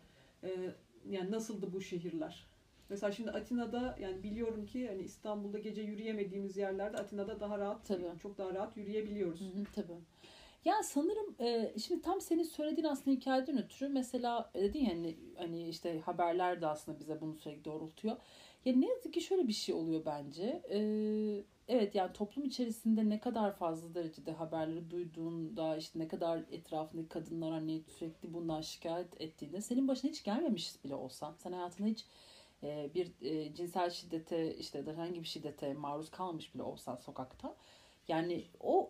yani nasıldı bu şehirler? Mesela şimdi Atina'da yani biliyorum ki hani İstanbul'da gece yürüyemediğimiz yerlerde Atina'da daha rahat, Tabii. çok daha rahat yürüyebiliyoruz. Tabii. Ya sanırım şimdi tam senin söylediğin aslında hikayeden ötürü mesela dedin ya hani işte haberler de aslında bize bunu sürekli doğrultuyor. Ya ne yazık ki şöyle bir şey oluyor bence. Evet yani toplum içerisinde ne kadar fazla derecede haberleri duyduğunda işte ne kadar etrafındaki kadınlar hani sürekli bundan şikayet ettiğinde senin başına hiç gelmemiş bile olsan sen hayatında hiç bir cinsel şiddete işte herhangi bir şiddete maruz kalmamış bile olsan sokakta yani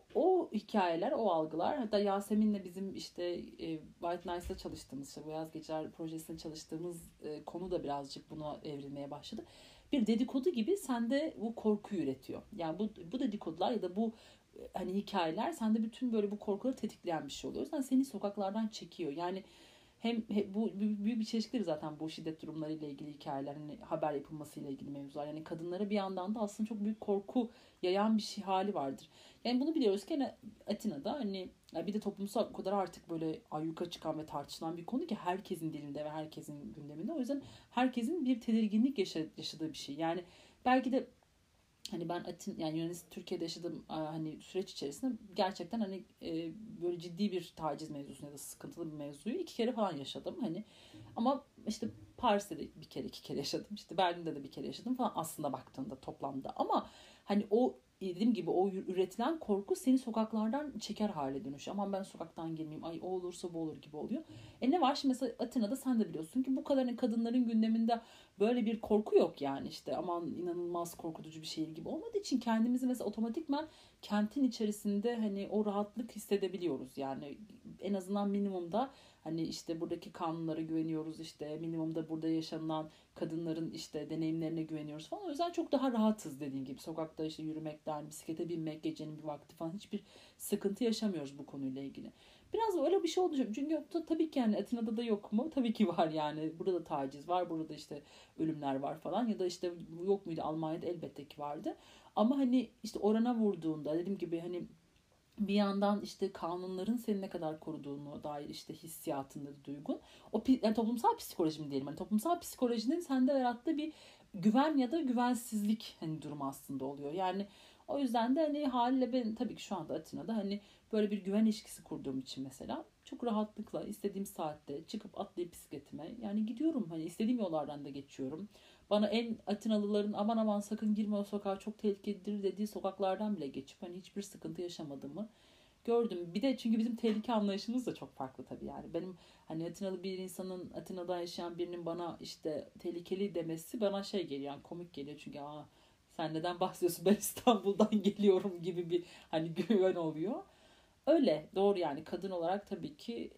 o hikayeler, o algılar hatta Yasemin'le bizim işte White Nice'da çalıştığımız, işte Beyaz Geceler projesinde çalıştığımız konu da birazcık buna evrilmeye başladı. Bir dedikodu gibi sende bu korkuyu üretiyor. Yani bu dedikodular ya da bu hani hikayeler sende bütün böyle bu korkuları tetikleyen bir şey oluyor. O yüzden seni sokaklardan çekiyor. Yani hem bu büyük bir çeşitleri zaten bu şiddet durumlarıyla ilgili hikayeler, hani haber yapılmasıyla ilgili mevzular. Yani kadınlara bir yandan da aslında çok büyük korku yayan bir şey hali vardır. Yani bunu biliyoruz ki hani Atina'da hani bir de toplumsal o kadar artık böyle ayyuka çıkan ve tartışılan bir konu ki herkesin dilinde ve herkesin gündeminde. O yüzden herkesin bir tedirginlik yaşadığı bir şey. Yani belki de hani ben yani Yunanistan Türkiye'de yaşadığım hani süreç içerisinde gerçekten hani böyle ciddi bir taciz mevzusunu ya da sıkıntılı bir mevzuyu 2 kere falan yaşadım hani ama işte Paris'te de bir kere 2 kere yaşadım, işte Berlin'de de bir kere yaşadım falan aslında baktığında toplamda. Ama hani o dediğim gibi o üretilen korku seni sokaklardan çeker hale dönüşüyor. Aman ben sokaktan girmeyeyim, ay o olursa bu olur gibi oluyor. Ne var şimdi mesela Atina'da sen de biliyorsun ki bu kadar kadınların gündeminde böyle bir korku yok yani, işte aman inanılmaz korkutucu bir şehir gibi olmadığı için kendimizi mesela otomatikman kentin içerisinde hani o rahatlık hissedebiliyoruz. Yani en azından minimumda hani işte buradaki kanunlara güveniyoruz, işte minimumda burada yaşanılan kadınların işte deneyimlerine güveniyoruz falan. O yüzden çok daha rahatız dediğim gibi. Sokakta işte yürümekten, bisiklete binmek, gecenin bir vakti falan hiçbir sıkıntı yaşamıyoruz bu konuyla ilgili. Biraz öyle bir şey oldu. Çünkü tabii ki yani Atina'da da yok mu? Tabii ki var yani. Burada da taciz var. Burada işte ölümler var falan. Ya da işte yok muydu? Almanya'da elbette ki vardı. Ama hani işte orana vurduğunda dediğim gibi hani bir yandan işte kanunların seni ne kadar koruduğunu dair işte hissiyatında da duygun. Yani toplumsal psikoloji mi diyelim? Yani toplumsal psikolojinin sende yarattığı bir güven ya da güvensizlik hani durum aslında oluyor. Yani o yüzden de hani haliyle ben tabii ki şu anda Atina'da hani böyle bir güven ilişkisi kurduğum için mesela çok rahatlıkla istediğim saatte çıkıp atlayıp bisikletime yani gidiyorum, hani istediğim yollardan da geçiyorum. Bana en Atinalıların aman aman sakın girme o sokağa çok tehlikelidir dediği sokaklardan bile geçip hani hiçbir sıkıntı yaşamadığımı gördüm. Bir de çünkü bizim tehlike anlayışımız da çok farklı tabii yani. Benim hani Atinalı bir insanın, Atina'da yaşayan birinin bana işte tehlikeli demesi bana şey geliyor yani, komik geliyor. Çünkü sen neden bahsediyorsun, ben İstanbul'dan geliyorum gibi bir hani güven oluyor. Öyle doğru yani, kadın olarak tabii ki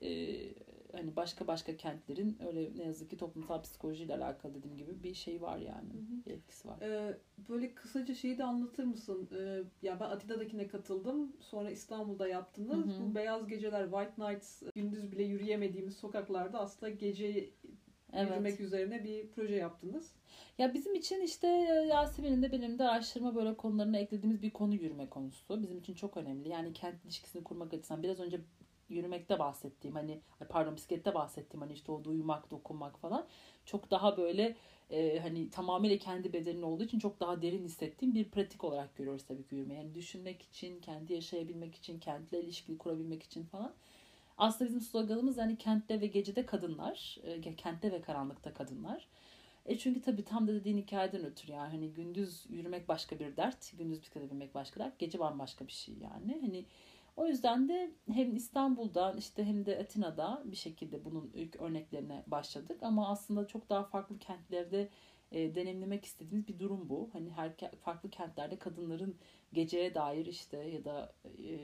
hani başka kentlerin öyle ne yazık ki toplumsal psikolojiyle alakalı dediğim gibi bir şey var yani. Hı hı. Bir etkisi var. Böyle kısaca şeyi de anlatır mısın? Ya ben Atina'dakine katıldım. Sonra İstanbul'da yaptınız. Hı hı. Bu Beyaz Geceler, White Nights, gündüz bile yürüyemediğimiz sokaklarda aslında gece yürümek Evet. üzerine bir proje yaptınız. Ya bizim için işte Yasemin'in de benim de araştırma böyle konularına eklediğimiz bir konu yürüme konusu. Bizim için çok önemli. Yani kent ilişkisini kurmak açısından biraz önce yürümekte bahsettiğim hani pardon bisiklette bahsettiğim hani işte o duymak, dokunmak falan çok daha böyle hani tamamıyla kendi bedenin olduğu için çok daha derin hissettiğim bir pratik olarak görüyoruz tabii ki yürümeyi. Yani düşünmek için, kendi yaşayabilmek için, kentle ilişkili kurabilmek için falan. Aslında bizim sloganımız hani kentte ve gecede kadınlar, kentte ve karanlıkta kadınlar. Çünkü tabii tam da dediğin hikayeden ötürü yani hani gündüz yürümek başka bir dert, gündüz bisiklete binmek başka dert, gece bambaşka bir şey yani. Hani o yüzden de hem İstanbul'da işte hem de Atina'da bir şekilde bunun ilk örneklerine başladık. Ama aslında çok daha farklı kentlerde deneyimlemek istediğimiz bir durum bu. Hani farklı kentlerde kadınların geceye dair işte ya da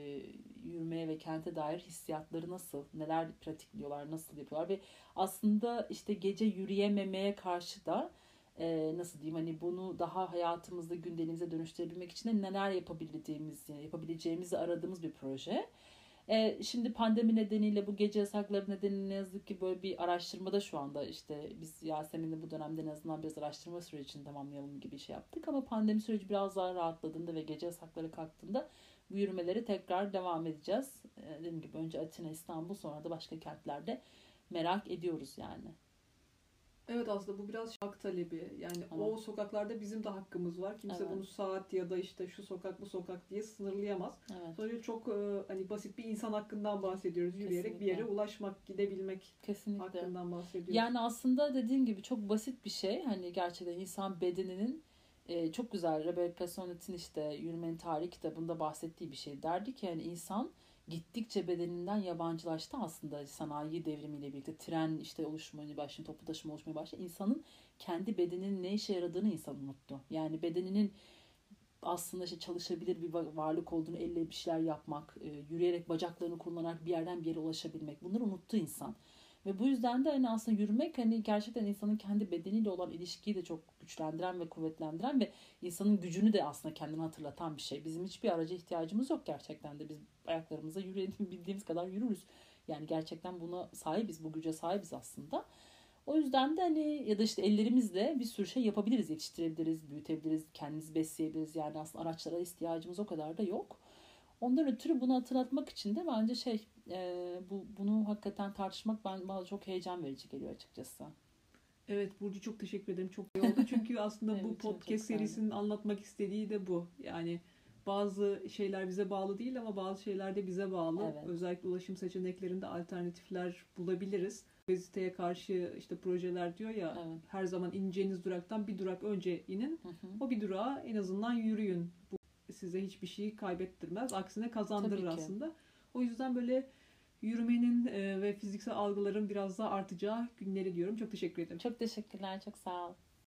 yürümeye ve kente dair hissiyatları nasıl, neler pratikliyorlar, nasıl yapıyorlar ve aslında işte gece yürüyememeye karşı da nasıl diyeyim hani bunu daha hayatımızda gündelimize dönüştürebilmek için de neler yapabileceğimizi aradığımız bir proje. Şimdi pandemi nedeniyle bu gece yasakları nedeniyle ne yazık ki böyle bir araştırmada şu anda işte biz Yasemin'le bu dönemde en azından biraz araştırma sürecini tamamlayalım gibi şey yaptık. Ama pandemi süreci biraz daha rahatladığında ve gece yasakları kalktığında bu yürümeleri tekrar devam edeceğiz. Dediğim gibi önce Atina, İstanbul, sonra da başka kentlerde merak ediyoruz yani. Evet, aslında bu biraz hak talebi. Yani o sokaklarda bizim de hakkımız var. Kimse bunu saat ya da işte şu sokak bu sokak diye sınırlayamaz. Sonra çok hani basit bir insan hakkından bahsediyoruz. Yürüyerek bir yere ulaşmak, gidebilmek hakkından bahsediyoruz. Yani aslında dediğim gibi çok basit bir şey. Hani gerçekten insan bedeninin çok güzel Rebecca Solnit'in işte Yürümenin Tarihi kitabında bahsettiği bir şey. Derdi ki yani insan gittikçe bedeninden yabancılaştı aslında sanayi devrimiyle birlikte. Tren işte oluşmaya başladı, toplu taşıma oluşmaya başladı. İnsanın kendi bedeninin ne işe yaradığını insan unuttu. Yani bedeninin aslında işte çalışabilir bir varlık olduğunu, elle bir şeyler yapmak, yürüyerek bacaklarını kullanarak bir yerden bir yere ulaşabilmek. Bunları unuttu insan. Ve bu yüzden de hani aslında yürümek hani gerçekten insanın kendi bedeniyle olan ilişkiyi de çok güçlendiren ve kuvvetlendiren ve insanın gücünü de aslında kendini hatırlatan bir şey. Bizim hiçbir araca ihtiyacımız yok gerçekten de. Biz ayaklarımıza bildiğimiz kadar yürürüz. Yani gerçekten buna sahibiz, bu güce sahibiz aslında. O yüzden de hani ya da işte ellerimizle bir sürü şey yapabiliriz, yetiştirebiliriz, büyütebiliriz, kendimizi besleyebiliriz. Yani aslında araçlara ihtiyacımız o kadar da yok. Ondan ötürü bunu hatırlatmak için de bence bunu hakikaten tartışmak bana çok heyecan verici geliyor açıkçası. Evet Burcu, çok teşekkür ederim. Çok iyi oldu. Çünkü aslında bu podcast serisinin anlatmak istediği de bu. Yani bazı şeyler bize bağlı değil ama bazı şeyler de bize bağlı. Evet. Özellikle ulaşım seçeneklerinde alternatifler bulabiliriz. Obeziteye karşı işte projeler diyor ya, her zaman ineceğiniz duraktan bir durak önce inin. O bir durağa en azından yürüyün. Bu size hiçbir şeyi kaybettirmez. Aksine kazandırır aslında. O yüzden böyle yürümenin ve fiziksel algıların biraz daha artacağı günleri diyorum. Çok teşekkür ederim. Çok teşekkürler. Çok sağ ol.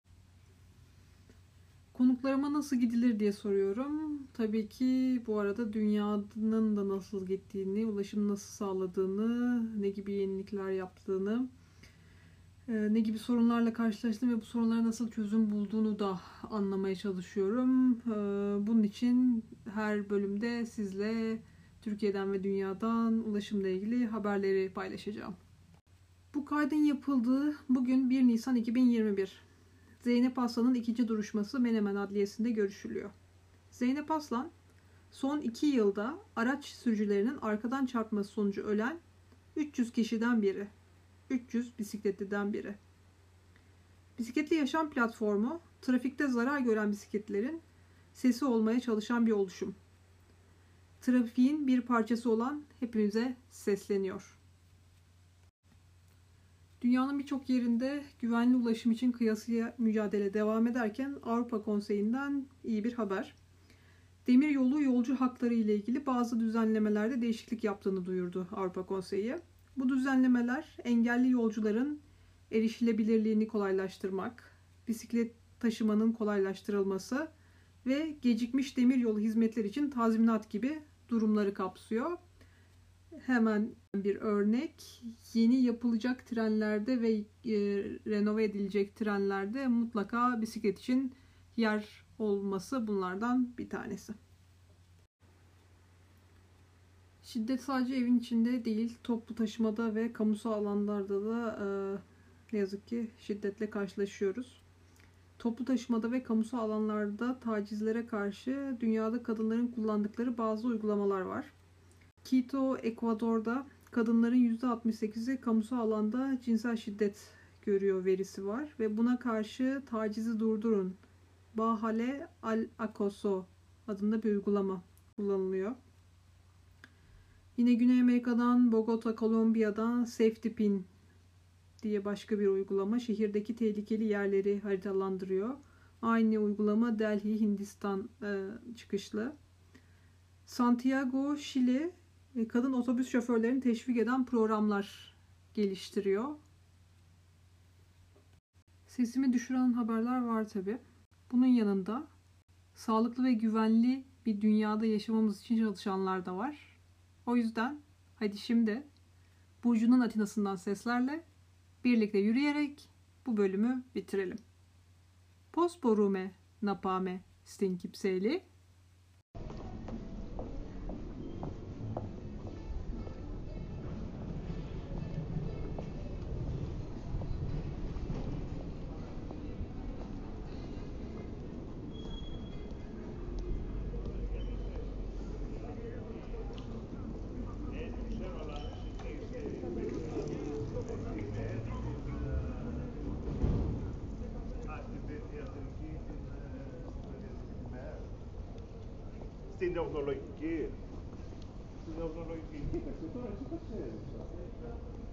Konuklarıma nasıl gidilir diye soruyorum. Tabii ki bu arada dünyanın da nasıl gittiğini, ulaşım nasıl sağladığını, ne gibi yenilikler yaptığını, ne gibi sorunlarla karşılaştığını ve bu sorunlara nasıl çözüm bulduğunu da anlamaya çalışıyorum. Bunun için her bölümde sizle Türkiye'den ve dünyadan ulaşımla ilgili haberleri paylaşacağım. Bu kaydın yapıldığı bugün 1 Nisan 2021. Zeynep Aslan'ın ikinci duruşması Menemen Adliyesi'nde görüşülüyor. Zeynep Aslan, son 2 yılda araç sürücülerinin arkadan çarpması sonucu ölen 300 kişiden biri. 300 bisikletliden biri. Bisikletli Yaşam Platformu, trafikte zarar gören bisikletlerin sesi olmaya çalışan bir oluşum. Trafiğin bir parçası olan hepinize sesleniyor. Dünyanın birçok yerinde güvenli ulaşım için kıyasıya mücadele devam ederken Avrupa Konseyi'nden iyi bir haber. Demiryolu yolcu hakları ile ilgili bazı düzenlemelerde değişiklik yaptığını duyurdu Avrupa Konseyi. Bu düzenlemeler engelli yolcuların erişilebilirliğini kolaylaştırmak, bisiklet taşımanın kolaylaştırılması ve gecikmiş demiryolu hizmetleri için tazminat gibi durumları kapsıyor. Hemen bir örnek, yeni yapılacak trenlerde ve renove edilecek trenlerde mutlaka bisiklet için yer olması bunlardan bir tanesi. Şiddet sadece evin içinde değil, toplu taşımada ve kamusal alanlarda da ne yazık ki şiddetle karşılaşıyoruz. Toplu taşımada ve kamusal alanlarda tacizlere karşı dünyada kadınların kullandıkları bazı uygulamalar var. Quito, Ekvador'da kadınların %68'i kamusal alanda cinsel şiddet görüyor verisi var ve buna karşı tacizi durdurun, Bahale al Acoso adında bir uygulama kullanılıyor. Yine Güney Amerika'dan, Bogota, Kolombiya'dan Safety Pin diye başka bir uygulama şehirdeki tehlikeli yerleri haritalandırıyor. Aynı uygulama Delhi, Hindistan çıkışlı. Santiago, Şili kadın otobüs şoförlerini teşvik eden programlar geliştiriyor. Sesimi düşüren haberler var tabii. Bunun yanında sağlıklı ve güvenli bir dünyada yaşamamız için çalışanlar da var. O yüzden hadi şimdi Burcu'nun Atina'sından seslerle birlikte yürüyerek bu bölümü bitirelim. Posporume napame stinkipseli. Stendhal não lo inquieto. Stendhal não lo inquieto. Questo non si faceva.